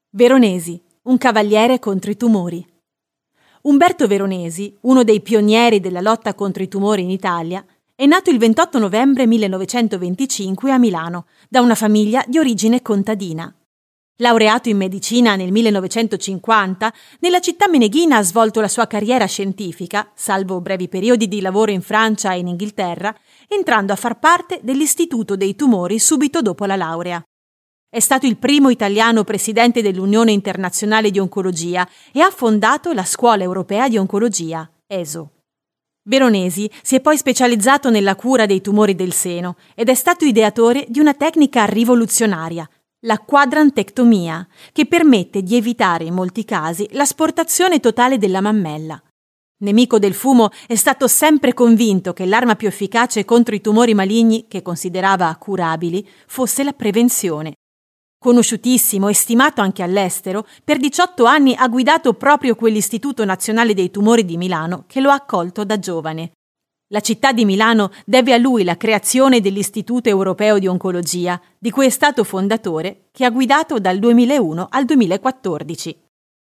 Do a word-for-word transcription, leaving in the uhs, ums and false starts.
Veronesi, un cavaliere contro i tumori. Umberto Veronesi, uno dei pionieri della lotta contro i tumori in Italia, è nato il ventotto novembre millenovecentoventicinque a Milano, da una famiglia di origine contadina. Laureato in medicina nel millenovecentocinquanta, nella città meneghina ha svolto la sua carriera scientifica, salvo brevi periodi di lavoro in Francia e in Inghilterra, entrando a far parte dell'Istituto dei Tumori subito dopo la laurea. È stato il primo italiano presidente dell'Unione Internazionale di Oncologia e ha fondato la Scuola Europea di Oncologia, E S O. Veronesi si è poi specializzato nella cura dei tumori del seno ed è stato ideatore di una tecnica rivoluzionaria, la quadrantectomia, che permette di evitare in molti casi l'asportazione totale della mammella. Nemico del fumo, è stato sempre convinto che l'arma più efficace contro i tumori maligni, che considerava curabili, fosse la prevenzione. Conosciutissimo e stimato anche all'estero, per diciotto anni ha guidato proprio quell'Istituto Nazionale dei Tumori di Milano che lo ha accolto da giovane. La città di Milano deve a lui la creazione dell'Istituto Europeo di Oncologia, di cui è stato fondatore, che ha guidato dal duemilauno al duemilaquattordici.